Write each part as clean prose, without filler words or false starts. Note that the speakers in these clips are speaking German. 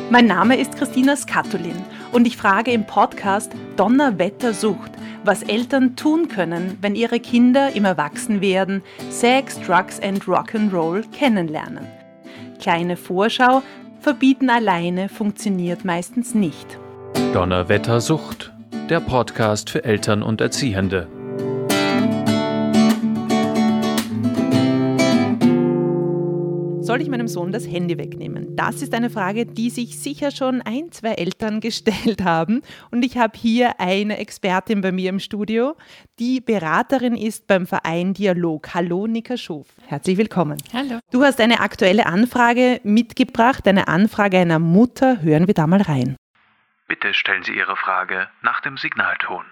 Mein Name ist Christina Skatulin und ich frage im Podcast Donnerwetter Sucht, was Eltern tun können, wenn ihre Kinder im Erwachsenwerden Sex, Drugs and Rock'n'Roll kennenlernen. Kleine Vorschau, verbieten alleine funktioniert meistens nicht. Donnerwetter Sucht, der Podcast für Eltern und Erziehende. Soll ich meinem Sohn das Handy wegnehmen? Das ist eine Frage, die sich sicher schon 1-2 Eltern gestellt haben. Und ich habe hier eine Expertin bei mir im Studio, die Beraterin ist beim Verein Dialog. Hallo Nika Schof, herzlich willkommen. Hallo. Du hast eine aktuelle Anfrage mitgebracht, eine Anfrage einer Mutter. Hören wir da mal rein. Bitte stellen Sie Ihre Frage nach dem Signalton.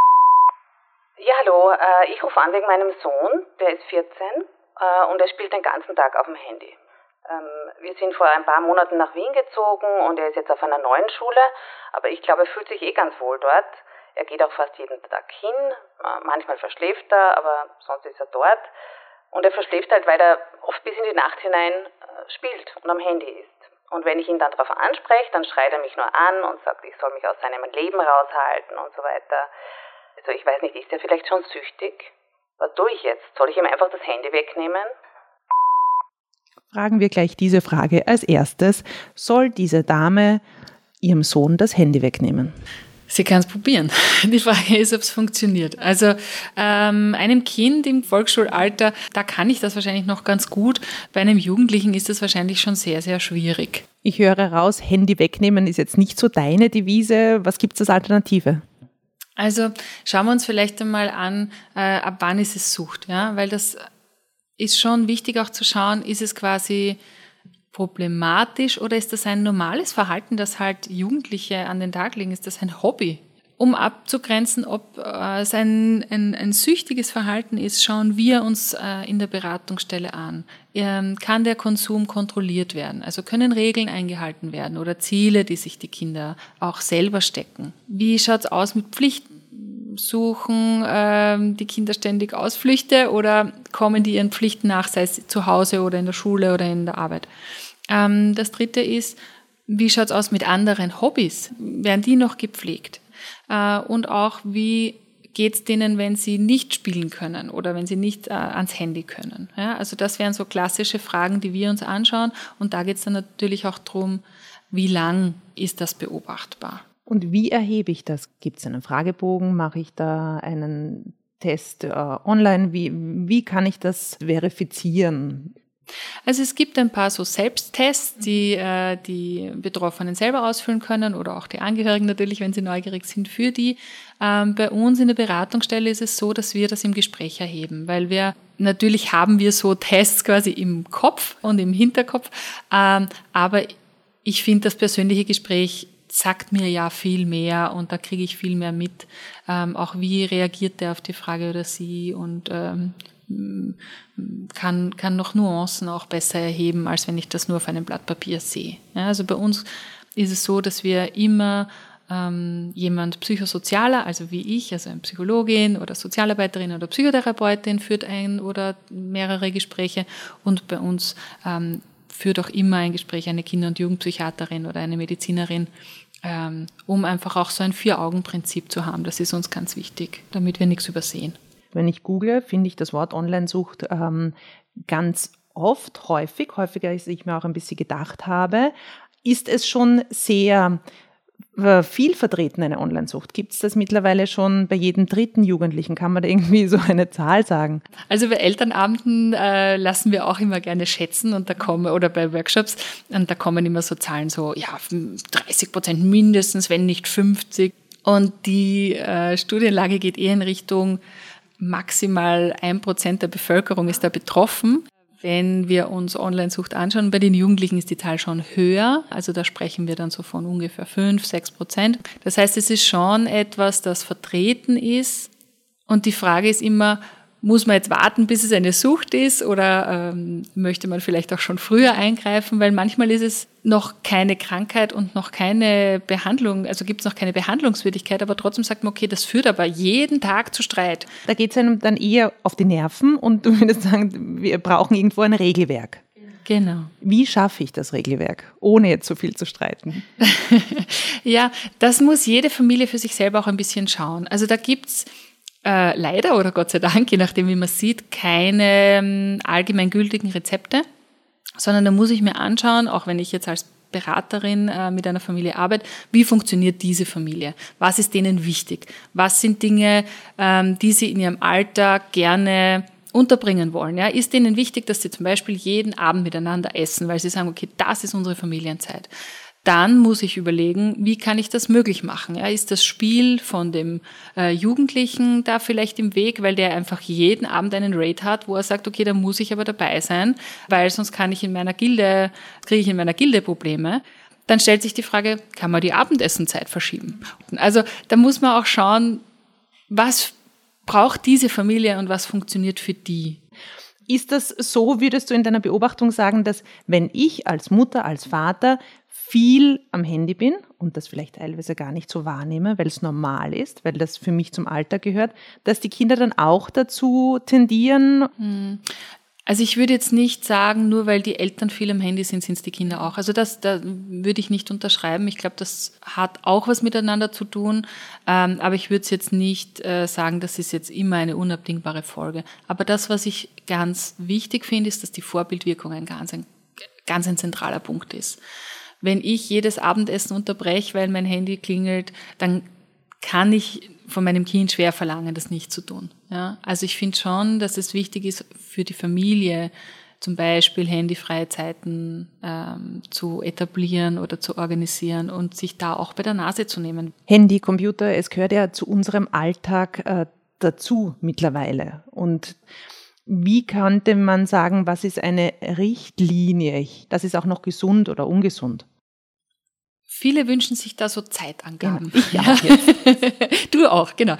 Ja, hallo. Ich rufe an wegen meinem Sohn, der ist 14 und er spielt den ganzen Tag auf dem Handy. Wir sind vor ein paar Monaten nach Wien gezogen und er ist jetzt auf einer neuen Schule, aber ich glaube, er fühlt sich ganz wohl dort. Er geht auch fast jeden Tag hin, manchmal verschläft er, aber sonst ist er dort. Und er verschläft halt, weil er oft bis in die Nacht hinein spielt und am Handy ist. Und wenn ich ihn dann darauf anspreche, dann schreit er mich nur an und sagt, ich soll mich aus seinem Leben raushalten und so weiter. Also ich weiß nicht, ist er vielleicht schon süchtig? Was tue ich jetzt? Soll ich ihm einfach das Handy wegnehmen? Fragen wir gleich diese Frage als erstes. Soll diese Dame ihrem Sohn das Handy wegnehmen? Sie kann es probieren. Die Frage ist, ob es funktioniert. Also einem Kind im Volksschulalter, da kann ich das wahrscheinlich noch ganz gut. Bei einem Jugendlichen ist das wahrscheinlich schon sehr, sehr schwierig. Ich höre raus, Handy wegnehmen ist jetzt nicht so deine Devise. Was gibt es als Alternative? Also schauen wir uns vielleicht einmal an, ab wann ist es Sucht. Ja? Weil das ist schon wichtig auch zu schauen, ist es quasi problematisch oder ist das ein normales Verhalten, das halt Jugendliche an den Tag legen? Ist das ein Hobby? Um abzugrenzen, ob es ein süchtiges Verhalten ist, schauen wir uns in der Beratungsstelle an. Kann der Konsum kontrolliert werden? Also können Regeln eingehalten werden oder Ziele, die sich die Kinder auch selber stecken? Wie schaut's aus mit Pflichten? Suchen die Kinder ständig Ausflüchte oder kommen die ihren Pflichten nach, sei es zu Hause oder in der Schule oder in der Arbeit? Das dritte ist, wie schaut's aus mit anderen Hobbys? Werden die noch gepflegt? Und auch, wie geht's denen, wenn sie nicht spielen können oder wenn sie nicht ans Handy können? Ja, also das wären so klassische Fragen, die wir uns anschauen. Und da geht's dann natürlich auch drum, wie lang ist das beobachtbar? Und wie erhebe ich das? Gibt es einen Fragebogen? Mache ich da einen Test online? Wie kann ich das verifizieren? Also es gibt ein paar so Selbsttests, die Betroffenen selber ausfüllen können oder auch die Angehörigen natürlich, wenn sie neugierig sind für die. Bei uns in der Beratungsstelle ist es so, dass wir das im Gespräch erheben, weil natürlich haben wir so Tests quasi im Kopf und im Hinterkopf, aber ich finde, das persönliche Gespräch sagt mir ja viel mehr und da kriege ich viel mehr mit, auch wie reagiert der auf die Frage oder sie und kann noch Nuancen auch besser erheben, als wenn ich das nur auf einem Blatt Papier sehe. Ja, also bei uns ist es so, dass wir immer jemand Psychosozialer, also wie ich, also eine Psychologin oder Sozialarbeiterin oder Psychotherapeutin führt ein oder mehrere Gespräche und bei uns führt auch immer ein Gespräch eine Kinder- und Jugendpsychiaterin oder eine Medizinerin, um einfach auch so ein 4-Augen-Prinzip zu haben. Das ist uns ganz wichtig, damit wir nichts übersehen. Wenn ich google, finde ich das Wort Online-Sucht ganz häufiger, als ich mir auch ein bisschen gedacht habe. Ist es schon sehr viel vertreten, eine Online-Sucht? Gibt es das mittlerweile schon bei jedem dritten Jugendlichen? Kann man da irgendwie so eine Zahl sagen? Also bei Elternabenden lassen wir auch immer gerne schätzen und oder bei Workshops und da kommen immer so Zahlen so, 30% mindestens, wenn nicht 50%. Und die Studienlage geht eher in Richtung maximal 1% der Bevölkerung ist da betroffen. Wenn wir uns Online-Sucht anschauen, bei den Jugendlichen ist die Zahl schon höher. Also da sprechen wir dann so von ungefähr 5-6%. Das heißt, es ist schon etwas, das vertreten ist. Und die Frage ist immer, muss man jetzt warten, bis es eine Sucht ist oder möchte man vielleicht auch schon früher eingreifen? Weil manchmal ist es noch keine Krankheit und noch keine Behandlung, also gibt es noch keine Behandlungswürdigkeit, aber trotzdem sagt man, okay, das führt aber jeden Tag zu Streit. Da geht es einem dann eher auf die Nerven und du würdest sagen, wir brauchen irgendwo ein Regelwerk. Genau. Wie schaffe ich das Regelwerk, ohne jetzt so viel zu streiten? Ja, das muss jede Familie für sich selber auch ein bisschen schauen. Also da gibt's leider oder Gott sei Dank, je nachdem wie man sieht, keine allgemeingültigen Rezepte, sondern da muss ich mir anschauen, auch wenn ich jetzt als Beraterin mit einer Familie arbeite, wie funktioniert diese Familie? Was ist denen wichtig? Was sind Dinge, die sie in ihrem Alltag gerne unterbringen wollen? Ja? Ist denen wichtig, dass sie zum Beispiel jeden Abend miteinander essen, weil sie sagen, okay, das ist unsere Familienzeit. Dann muss ich überlegen, wie kann ich das möglich machen? Ja, ist das Spiel von dem Jugendlichen da vielleicht im Weg, weil der einfach jeden Abend einen Raid hat, wo er sagt, okay, da muss ich aber dabei sein, weil sonst kriege ich in meiner Gilde Probleme. Dann stellt sich die Frage, kann man die Abendessenzeit verschieben? Also da muss man auch schauen, was braucht diese Familie und was funktioniert für die? Ist das so, würdest du in deiner Beobachtung sagen, dass wenn ich als Mutter, als Vater viel am Handy bin und das vielleicht teilweise gar nicht so wahrnehme, weil es normal ist, weil das für mich zum Alltag gehört, dass die Kinder dann auch dazu tendieren? Also ich würde jetzt nicht sagen, nur weil die Eltern viel am Handy sind, sind es die Kinder auch. Also da würde ich nicht unterschreiben. Ich glaube, das hat auch was miteinander zu tun. Aber ich würde es jetzt nicht sagen, das ist jetzt immer eine unabdingbare Folge. Aber das, was ich ganz wichtig finde, ist, dass die Vorbildwirkung ein zentraler Punkt ist. Wenn ich jedes Abendessen unterbreche, weil mein Handy klingelt, dann kann ich von meinem Kind schwer verlangen, das nicht zu tun. Ja? Also ich finde schon, dass es wichtig ist für die Familie, zum Beispiel handyfreie Zeiten zu etablieren oder zu organisieren und sich da auch bei der Nase zu nehmen. Handy, Computer, es gehört ja zu unserem Alltag dazu mittlerweile. Und wie könnte man sagen, was ist eine Richtlinie? Das ist auch noch gesund oder ungesund? Viele wünschen sich da so Zeitangaben. Genau, ich auch jetzt. Du auch, genau.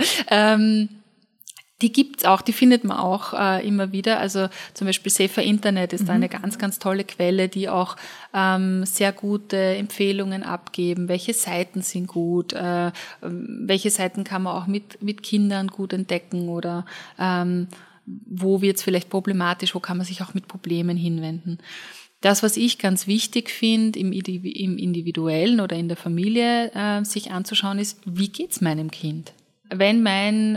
Die gibt's auch, die findet man auch immer wieder. Also zum Beispiel Safer Internet ist da eine ganz, ganz tolle Quelle, die auch sehr gute Empfehlungen abgeben. Welche Seiten sind gut? Welche Seiten kann man auch mit Kindern gut entdecken? Oder wo wird's vielleicht problematisch? Wo kann man sich auch mit Problemen hinwenden? Das, was ich ganz wichtig finde, im Individuellen oder in der Familie sich anzuschauen, ist, wie geht's meinem Kind? Wenn mein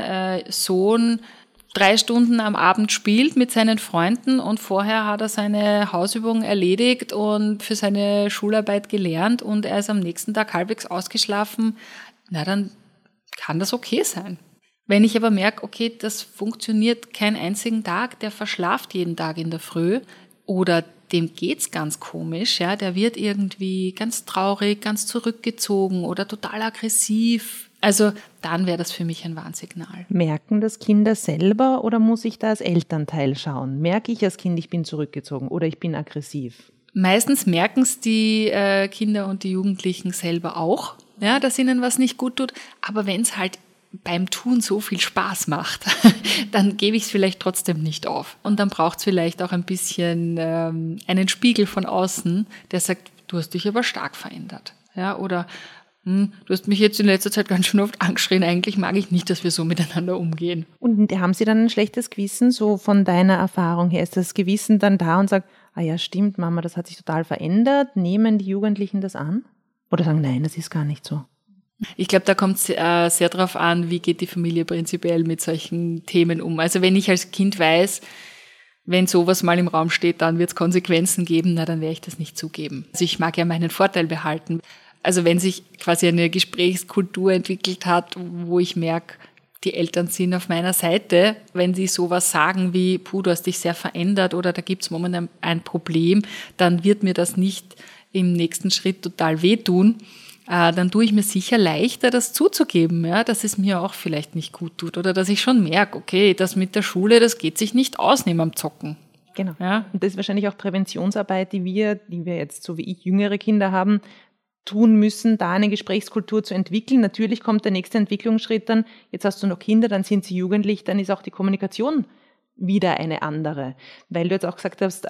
Sohn 3 Stunden am Abend spielt mit seinen Freunden und vorher hat er seine Hausübungen erledigt und für seine Schularbeit gelernt und er ist am nächsten Tag halbwegs ausgeschlafen, na dann kann das okay sein. Wenn ich aber merke, okay, das funktioniert keinen einzigen Tag, der verschlaft jeden Tag in der Früh oder dem geht's ganz komisch, ja, der wird irgendwie ganz traurig, ganz zurückgezogen oder total aggressiv. Also dann wäre das für mich ein Warnsignal. Merken das Kinder selber oder muss ich da als Elternteil schauen? Merke ich als Kind, ich bin zurückgezogen oder ich bin aggressiv? Meistens merken es die Kinder und die Jugendlichen selber auch, ja, dass ihnen was nicht gut tut. Aber wenn es halt beim Tun so viel Spaß macht, dann gebe ich es vielleicht trotzdem nicht auf. Und dann braucht es vielleicht auch ein bisschen einen Spiegel von außen, der sagt, du hast dich aber stark verändert. Ja, oder du hast mich jetzt in letzter Zeit ganz schön oft angeschrien, eigentlich mag ich nicht, dass wir so miteinander umgehen. Und haben Sie dann ein schlechtes Gewissen, so von deiner Erfahrung her? Ist das Gewissen dann da und sagt, ah ja, stimmt, Mama, das hat sich total verändert? Nehmen die Jugendlichen das an? Oder sagen, nein, das ist gar nicht so? Ich glaube, da kommt es sehr darauf an, wie geht die Familie prinzipiell mit solchen Themen um. Also wenn ich als Kind weiß, wenn sowas mal im Raum steht, dann wird es Konsequenzen geben, na dann werde ich das nicht zugeben. Also ich mag ja meinen Vorteil behalten. Also wenn sich quasi eine Gesprächskultur entwickelt hat, wo ich merke, die Eltern sind auf meiner Seite, wenn sie sowas sagen wie, du hast dich sehr verändert oder da gibt es momentan ein Problem, dann wird mir das nicht im nächsten Schritt total wehtun. Dann tue ich mir sicher leichter, das zuzugeben, ja, dass es mir auch vielleicht nicht gut tut oder dass ich schon merke, okay, das mit der Schule, das geht sich nicht aus neben am Zocken. Genau. Ja. Und das ist wahrscheinlich auch Präventionsarbeit, die wir jetzt, so wie ich, jüngere Kinder haben, tun müssen, da eine Gesprächskultur zu entwickeln. Natürlich kommt der nächste Entwicklungsschritt dann, jetzt hast du noch Kinder, dann sind sie jugendlich, dann ist auch die Kommunikation wieder eine andere. Weil du jetzt auch gesagt hast,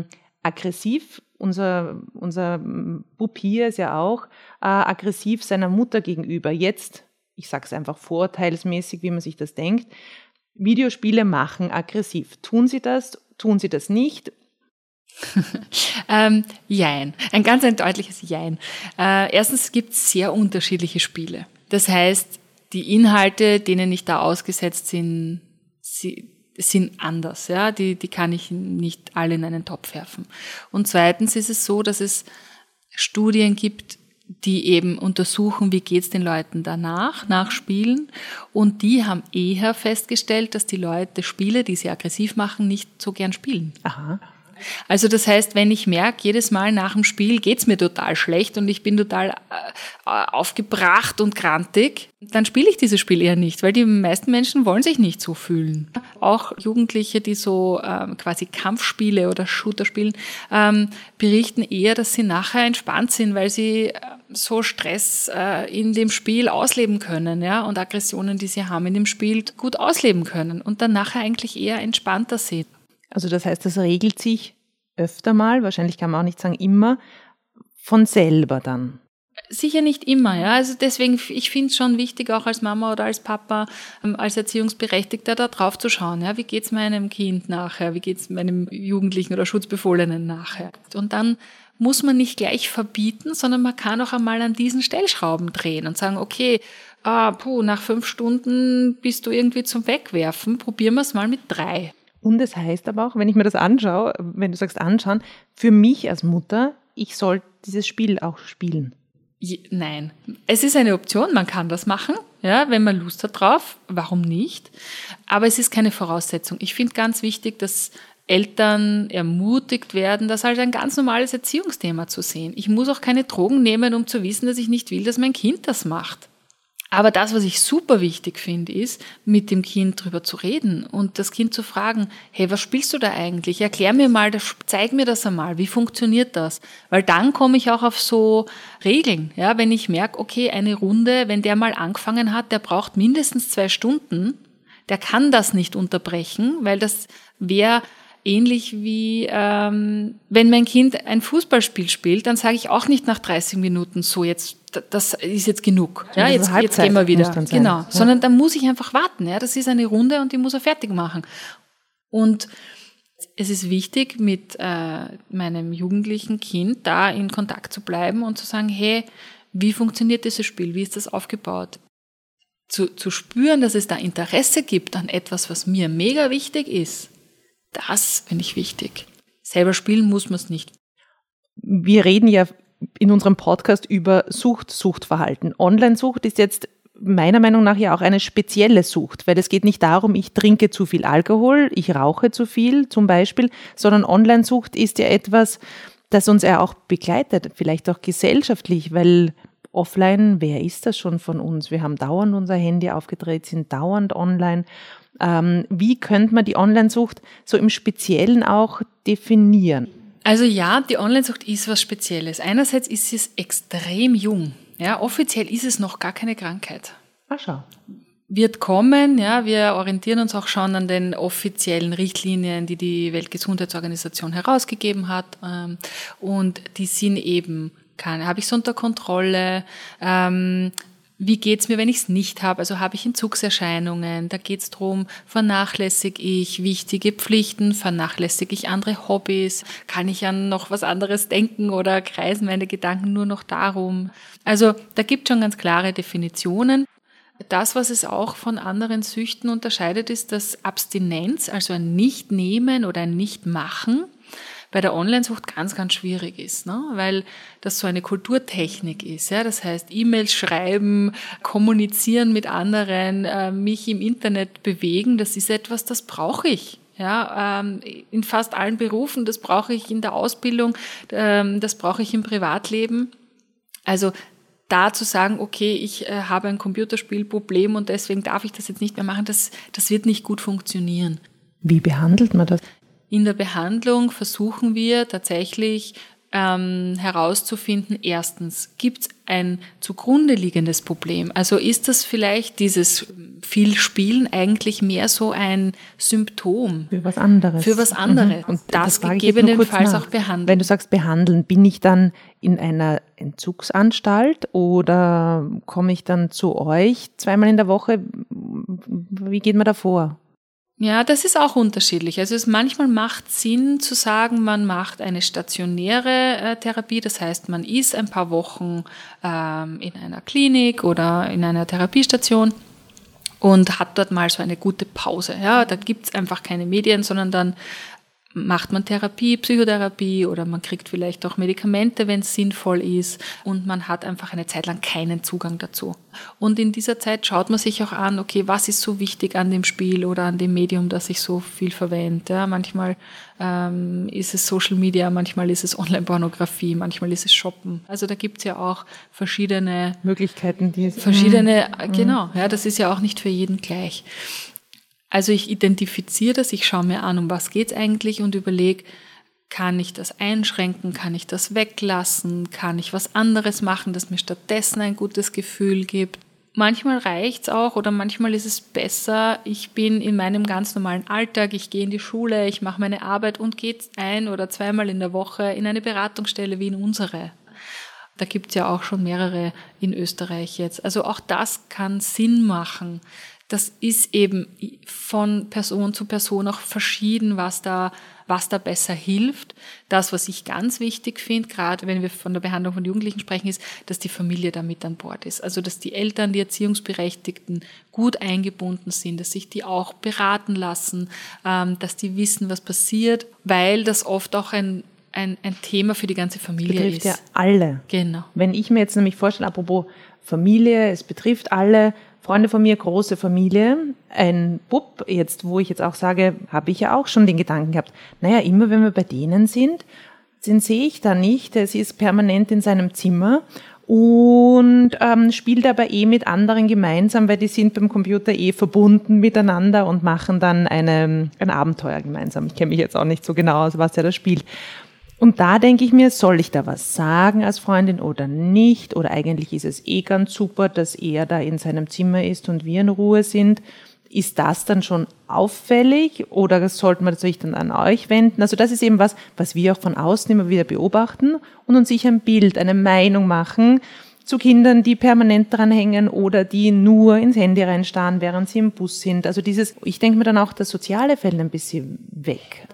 aggressiv, unser Bub hier ist ja auch aggressiv seiner Mutter gegenüber. Jetzt, ich sage es einfach vorurteilsmäßig, wie man sich das denkt, Videospiele machen aggressiv. Tun sie das nicht? Jein. Ein ganz ein deutliches Jein. Erstens gibt es sehr unterschiedliche Spiele. Das heißt, die Inhalte, denen ich da ausgesetzt bin, sind anders. Ja? Die kann ich nicht alle in einen Topf werfen. Und zweitens ist es so, dass es Studien gibt, die eben untersuchen, wie geht's den Leuten danach, nach Spielen. Und die haben eher festgestellt, dass die Leute Spiele, die sie aggressiv machen, nicht so gern spielen. Aha. Also das heißt, wenn ich merke, jedes Mal nach dem Spiel geht's mir total schlecht und ich bin total aufgebracht und grantig, dann spiele ich dieses Spiel eher nicht, weil die meisten Menschen wollen sich nicht so fühlen. Auch Jugendliche, die so quasi Kampfspiele oder Shooter spielen, berichten eher, dass sie nachher entspannt sind, weil sie so Stress in dem Spiel ausleben können, ja, und Aggressionen, die sie haben in dem Spiel, gut ausleben können und dann nachher eigentlich eher entspannter sind. Also das heißt, das regelt sich öfter mal, wahrscheinlich kann man auch nicht sagen immer, von selber dann. Sicher nicht immer, ja. Also deswegen, ich finde es schon wichtig, auch als Mama oder als Papa, als Erziehungsberechtigter da drauf zu schauen, ja. Wie geht's meinem Kind nachher? Wie geht's meinem Jugendlichen oder Schutzbefohlenen nachher? Und dann muss man nicht gleich verbieten, sondern man kann auch einmal an diesen Stellschrauben drehen und sagen, okay, nach 5 Stunden bist du irgendwie zum Wegwerfen, probieren wir es mal mit 3. Und es heißt aber auch, wenn ich mir das anschaue, wenn du sagst anschauen, für mich als Mutter, ich soll dieses Spiel auch spielen. Nein, es ist eine Option, man kann das machen, ja, wenn man Lust hat drauf, warum nicht? Aber es ist keine Voraussetzung. Ich finde ganz wichtig, dass Eltern ermutigt werden, das als ein ganz normales Erziehungsthema zu sehen. Ich muss auch keine Drogen nehmen, um zu wissen, dass ich nicht will, dass mein Kind das macht. Aber das, was ich super wichtig finde, ist, mit dem Kind drüber zu reden und das Kind zu fragen, hey, was spielst du da eigentlich? Erklär mir mal, zeig mir das einmal, wie funktioniert das? Weil dann komme ich auch auf so Regeln, ja, wenn ich merke, okay, eine Runde, wenn der mal angefangen hat, der braucht mindestens 2 Stunden, der kann das nicht unterbrechen, weil das wäre ähnlich wie, wenn mein Kind ein Fußballspiel spielt, dann sage ich auch nicht nach 30 Minuten so, das ist jetzt genug. Ja, jetzt gehen wir wieder. Genau. Ja. Sondern da muss ich einfach warten. Ja, das ist eine Runde und die muss er fertig machen. Und es ist wichtig, mit meinem jugendlichen Kind da in Kontakt zu bleiben und zu sagen, hey, wie funktioniert dieses Spiel? Wie ist das aufgebaut? Zu spüren, dass es da Interesse gibt an etwas, was mir mega wichtig ist, das finde ich wichtig. Selber spielen muss man es nicht. Wir reden ja in unserem Podcast über Suchtverhalten. Online-Sucht ist jetzt meiner Meinung nach ja auch eine spezielle Sucht, weil es geht nicht darum, ich trinke zu viel Alkohol, ich rauche zu viel zum Beispiel, sondern Online-Sucht ist ja etwas, das uns ja auch begleitet, vielleicht auch gesellschaftlich, weil offline, wer ist das schon von uns? Wir haben dauernd unser Handy aufgedreht, sind dauernd online. Wie könnte man die Online-Sucht so im Speziellen auch definieren? Also ja, die Online-Sucht ist was Spezielles. Einerseits ist es extrem jung. Ja, offiziell ist es noch gar keine Krankheit. Ach schau. Wird kommen, ja, wir orientieren uns auch schon an den offiziellen Richtlinien, die die Weltgesundheitsorganisation herausgegeben hat. Und die sind eben, habe ich es unter Kontrolle, wie geht's mir, wenn ich es nicht habe? Also habe ich Entzugserscheinungen? Da geht's drum, vernachlässige ich wichtige Pflichten, vernachlässige ich andere Hobbys? Kann ich an noch was anderes denken oder kreisen meine Gedanken nur noch darum? Also da gibt schon ganz klare Definitionen. Das, was es auch von anderen Süchten unterscheidet, ist, dass Abstinenz, also ein Nicht-Nehmen oder ein Nicht-Machen, bei der Online-Sucht ganz, ganz schwierig ist, ne? Weil das so eine Kulturtechnik ist. Ja? Das heißt, E-Mails schreiben, kommunizieren mit anderen, mich im Internet bewegen, das ist etwas, das brauche ich. Ja? In fast allen Berufen, das brauche ich in der Ausbildung, das brauche ich im Privatleben. Also da zu sagen, okay, ich habe ein Computerspielproblem und deswegen darf ich das jetzt nicht mehr machen, das wird nicht gut funktionieren. Wie behandelt man das? In der Behandlung versuchen wir tatsächlich herauszufinden, erstens, gibt es ein zugrunde liegendes Problem? Also ist das vielleicht dieses viel Spielen eigentlich mehr so ein Symptom? Für was anderes. Für was anderes. Und das gegebenenfalls auch behandeln. Wenn du sagst behandeln, bin ich dann in einer Entzugsanstalt oder komme ich dann zu euch 2-mal in der Woche? Wie geht man da vor? Ja, das ist auch unterschiedlich. Also manchmal macht Sinn zu sagen, man macht eine stationäre Therapie. Das heißt, man ist ein paar Wochen in einer Klinik oder in einer Therapiestation und hat dort mal so eine gute Pause. Ja, da gibt's einfach keine Medien, sondern dann macht man Therapie, Psychotherapie oder man kriegt vielleicht auch Medikamente, wenn es sinnvoll ist und man hat einfach eine Zeit lang keinen Zugang dazu. Und in dieser Zeit schaut man sich auch an, okay, was ist so wichtig an dem Spiel oder an dem Medium, das ich so viel verwende. Ja, manchmal ist es Social Media, manchmal ist es Online-Pornografie, manchmal ist es Shoppen. Also da gibt's ja auch verschiedene Möglichkeiten, genau, ja, das ist ja auch nicht für jeden gleich. Also ich identifiziere das, ich schaue mir an, um was geht's eigentlich und überlege, kann ich das einschränken, kann ich das weglassen, kann ich was anderes machen, das mir stattdessen ein gutes Gefühl gibt. Manchmal reicht's auch oder manchmal ist es besser, ich bin in meinem ganz normalen Alltag, ich gehe in die Schule, ich mache meine Arbeit und gehe 1- oder 2-mal in der Woche in eine Beratungsstelle wie in unsere. Da gibt's ja auch schon mehrere in Österreich jetzt. Also auch das kann Sinn machen. Das ist eben von Person zu Person auch verschieden, was da besser hilft. Das, was ich ganz wichtig finde, gerade wenn wir von der Behandlung von Jugendlichen sprechen, ist, dass die Familie da mit an Bord ist. Also, dass die Eltern, die Erziehungsberechtigten gut eingebunden sind, dass sich die auch beraten lassen, dass die wissen, was passiert, weil das oft auch ein Thema für die ganze Familie betrifft ist. Ja alle. Genau. Wenn ich mir jetzt nämlich vorstelle, apropos Familie, es betrifft alle, Freunde von mir, große Familie, ein Bub, jetzt, wo ich jetzt auch sage, habe ich ja auch schon den Gedanken gehabt, naja, immer wenn wir bei denen sind, den sehe ich da nicht, es ist permanent in seinem Zimmer und spielt aber mit anderen gemeinsam, weil die sind beim Computer verbunden miteinander und machen dann ein Abenteuer gemeinsam. Ich kenne mich jetzt auch nicht so genau aus, was er da spielt. Und da denke ich mir, soll ich da was sagen als Freundin oder nicht? Oder eigentlich ist es ganz super, dass er da in seinem Zimmer ist und wir in Ruhe sind. Ist das dann schon auffällig oder sollte man sich dann an euch wenden? Also das ist eben was wir auch von außen immer wieder beobachten und uns sicher ein Bild, eine Meinung machen zu Kindern, die permanent dran hängen oder die nur ins Handy reinstarren, während sie im Bus sind. Also ich denke mir dann auch, das Soziale fällt ein bisschen weg.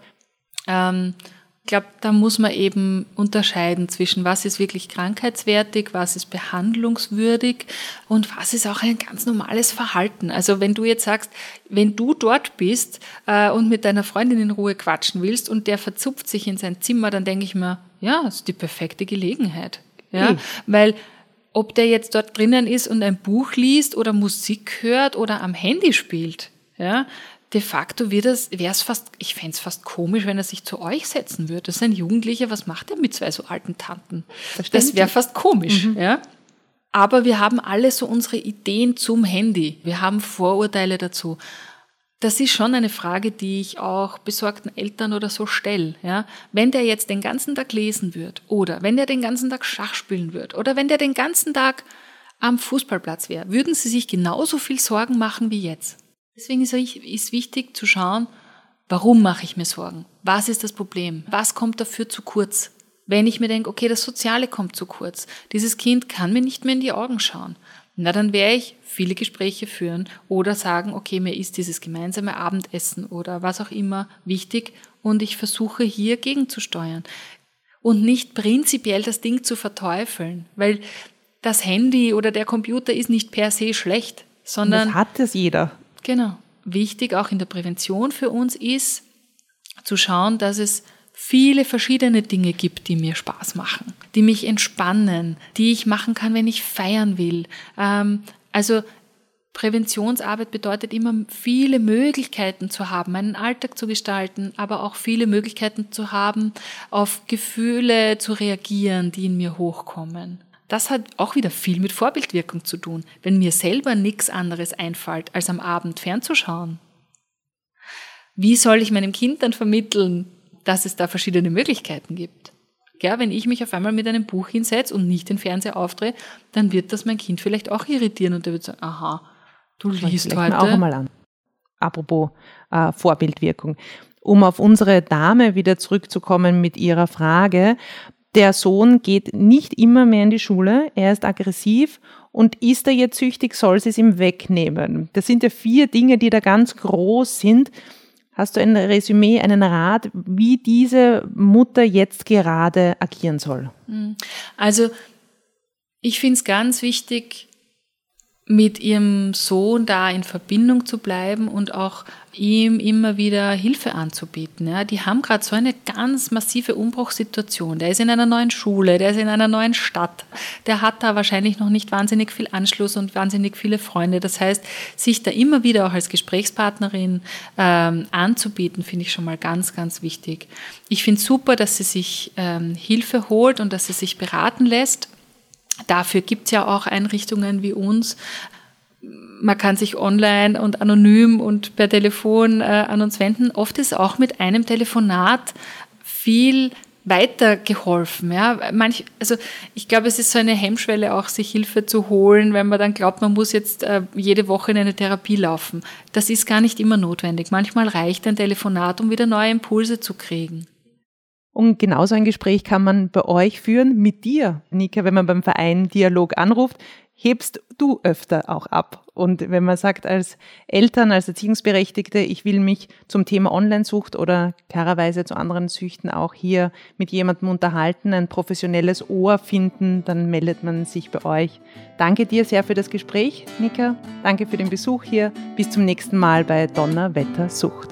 Ich glaube, da muss man eben unterscheiden zwischen was ist wirklich krankheitswertig, was ist behandlungswürdig und was ist auch ein ganz normales Verhalten. Also wenn du jetzt sagst, wenn du dort bist und mit deiner Freundin in Ruhe quatschen willst und der verzupft sich in sein Zimmer, dann denke ich mir, ja, das ist die perfekte Gelegenheit. Ja, weil ob der jetzt dort drinnen ist und ein Buch liest oder Musik hört oder am Handy spielt, ja, de facto wäre es fast, ich fände es fast komisch, wenn er sich zu euch setzen würde. Das ist ein Jugendlicher, was macht er mit 2 so alten Tanten? Das wäre fast komisch, ja. Aber wir haben alle so unsere Ideen zum Handy. Wir haben Vorurteile dazu. Das ist schon eine Frage, die ich auch besorgten Eltern oder so stelle, ja. Wenn der jetzt den ganzen Tag lesen wird oder wenn der den ganzen Tag Schach spielen wird oder wenn der den ganzen Tag am Fußballplatz wäre, würden sie sich genauso viel Sorgen machen wie jetzt? Deswegen ist wichtig zu schauen, warum mache ich mir Sorgen? Was ist das Problem? Was kommt dafür zu kurz? Wenn ich mir denke, okay, das Soziale kommt zu kurz, dieses Kind kann mir nicht mehr in die Augen schauen, na dann werde ich viele Gespräche führen oder sagen, okay, mir ist dieses gemeinsame Abendessen oder was auch immer wichtig und ich versuche hier gegenzusteuern. Und nicht prinzipiell das Ding zu verteufeln, weil das Handy oder der Computer ist nicht per se schlecht, sondern... Das hat es jeder. Genau. Wichtig auch in der Prävention für uns ist, zu schauen, dass es viele verschiedene Dinge gibt, die mir Spaß machen, die mich entspannen, die ich machen kann, wenn ich feiern will. Also Präventionsarbeit bedeutet immer, viele Möglichkeiten zu haben, einen Alltag zu gestalten, aber auch viele Möglichkeiten zu haben, auf Gefühle zu reagieren, die in mir hochkommen. Das hat auch wieder viel mit Vorbildwirkung zu tun, wenn mir selber nichts anderes einfällt, als am Abend fernzuschauen. Wie soll ich meinem Kind dann vermitteln, dass es da verschiedene Möglichkeiten gibt? Ja, wenn ich mich auf einmal mit einem Buch hinsetze und nicht den Fernseher aufdrehe, dann wird das mein Kind vielleicht auch irritieren und der wird sagen, aha, du liest heute. Auch einmal an. Apropos Vorbildwirkung. Um auf unsere Dame wieder zurückzukommen mit ihrer Frage, der Sohn geht nicht immer mehr in die Schule, er ist aggressiv und ist er jetzt süchtig, soll sie es ihm wegnehmen. Das sind ja 4 Dinge, die da ganz groß sind. Hast du ein Resümee, einen Rat, wie diese Mutter jetzt gerade agieren soll? Also ich finde es ganz wichtig, mit ihrem Sohn da in Verbindung zu bleiben und auch ihm immer wieder Hilfe anzubieten. Ja, die haben gerade so eine ganz massive Umbruchssituation. Der ist in einer neuen Schule, der ist in einer neuen Stadt. Der hat da wahrscheinlich noch nicht wahnsinnig viel Anschluss und wahnsinnig viele Freunde. Das heißt, sich da immer wieder auch als Gesprächspartnerin anzubieten, finde ich schon mal ganz, ganz wichtig. Ich finde es super, dass sie sich Hilfe holt und dass sie sich beraten lässt. Dafür gibt es ja auch Einrichtungen wie uns. Man kann sich online und anonym und per Telefon an uns wenden. Oft ist auch mit einem Telefonat viel weitergeholfen. Ja? Also ich glaube, es ist so eine Hemmschwelle auch, sich Hilfe zu holen, wenn man dann glaubt, man muss jetzt jede Woche in eine Therapie laufen. Das ist gar nicht immer notwendig. Manchmal reicht ein Telefonat, um wieder neue Impulse zu kriegen. Und genauso ein Gespräch kann man bei euch führen mit dir, Nika, wenn man beim Verein Dialog anruft, hebst du öfter auch ab. Und wenn man sagt als Eltern, als Erziehungsberechtigte, ich will mich zum Thema Online-Sucht oder klarerweise zu anderen Süchten auch hier mit jemandem unterhalten, ein professionelles Ohr finden, dann meldet man sich bei euch. Danke dir sehr für das Gespräch, Nika. Danke für den Besuch hier. Bis zum nächsten Mal bei Donnerwetter Sucht.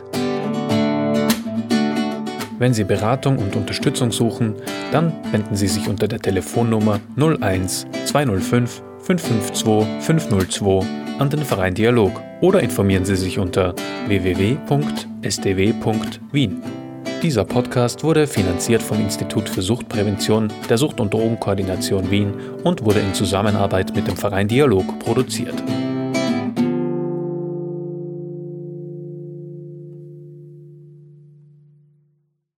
Wenn Sie Beratung und Unterstützung suchen, dann wenden Sie sich unter der Telefonnummer 01 205 552 502 an den Verein Dialog oder informieren Sie sich unter www.sdw.wien. Dieser Podcast wurde finanziert vom Institut für Suchtprävention der Sucht- und Drogenkoordination Wien und wurde in Zusammenarbeit mit dem Verein Dialog produziert.